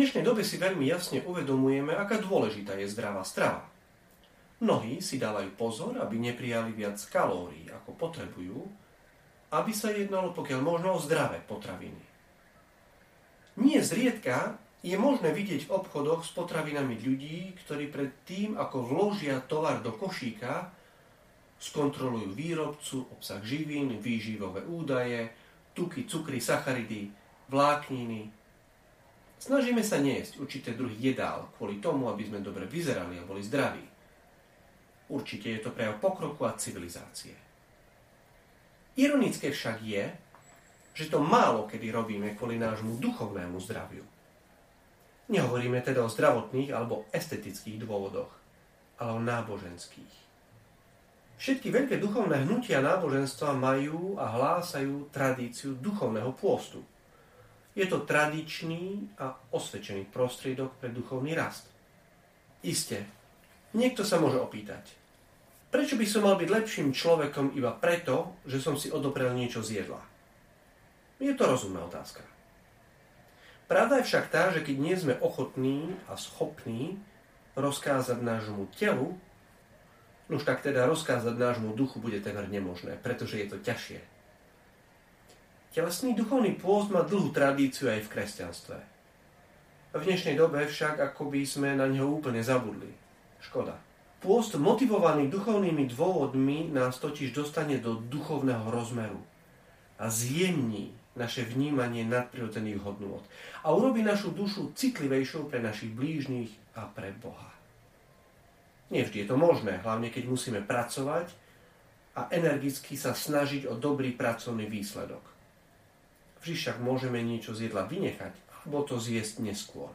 dnešnej dobe si veľmi jasne uvedomujeme, aká dôležitá je zdravá strava. Mnohí si dávajú pozor, aby neprijali viac kalórií, ako potrebujú, aby sa jednalo pokiaľ možno o zdravé potraviny. Nie zriedka je možné vidieť v obchodoch s potravinami ľudí, ktorí pred tým, ako vložia tovar do košíka, skontrolujú výrobcu, obsah živín, výživové údaje, tuky, cukry, sacharidy, vlákniny. Snažíme sa nejesť určité druhy jedál kvôli tomu, aby sme dobre vyzerali a boli zdraví. Určite je to prejav pokroku a civilizácie. Ironické však je, že to málo kedy robíme kvôli nášmu duchovnému zdraviu. Nehovoríme teda o zdravotných alebo estetických dôvodoch, ale o náboženských. Všetky veľké duchovné hnutia náboženstva majú a hlásajú tradíciu duchovného pôstu. Je to tradičný a osvedčený prostriedok pre duchovný rast. Isté, niekto sa môže opýtať, prečo by som mal byť lepším človekom iba preto, že som si odoprel niečo z jedla? Je to rozumná otázka. Pravda je však tá, že keď nie sme ochotní a schopní rozkázať nášmu telu, už tak teda rozkázať nášmu duchu bude temer nemožné, pretože je to ťažšie. Telesný duchovný pôst má dlhú tradíciu aj v kresťanstve. V dnešnej dobe však akoby sme na neho úplne zabudli. Škoda. Pôst motivovaný duchovnými dôvodmi nás totiž dostane do duchovného rozmeru a zjemní naše vnímanie nadprirodzených hodnôt a urobí našu dušu citlivejšou pre našich blížnych a pre Boha. Nevždy je to možné, hlavne keď musíme pracovať a energicky sa snažiť o dobrý pracovný výsledok. Vždy však môžeme niečo z jedla vynechať alebo to zjesť neskôr.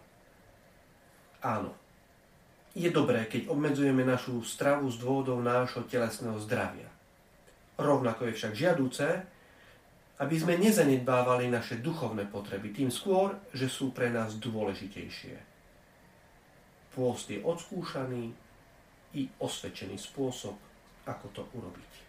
Áno, je dobré, keď obmedzujeme našu stravu z dôvodov nášho telesného zdravia. Rovnako je však žiaduce, aby sme nezanedbávali naše duchovné potreby, tým skôr, že sú pre nás dôležitejšie. Pôst je odskúšaný i osvedčený spôsob, ako to urobiť.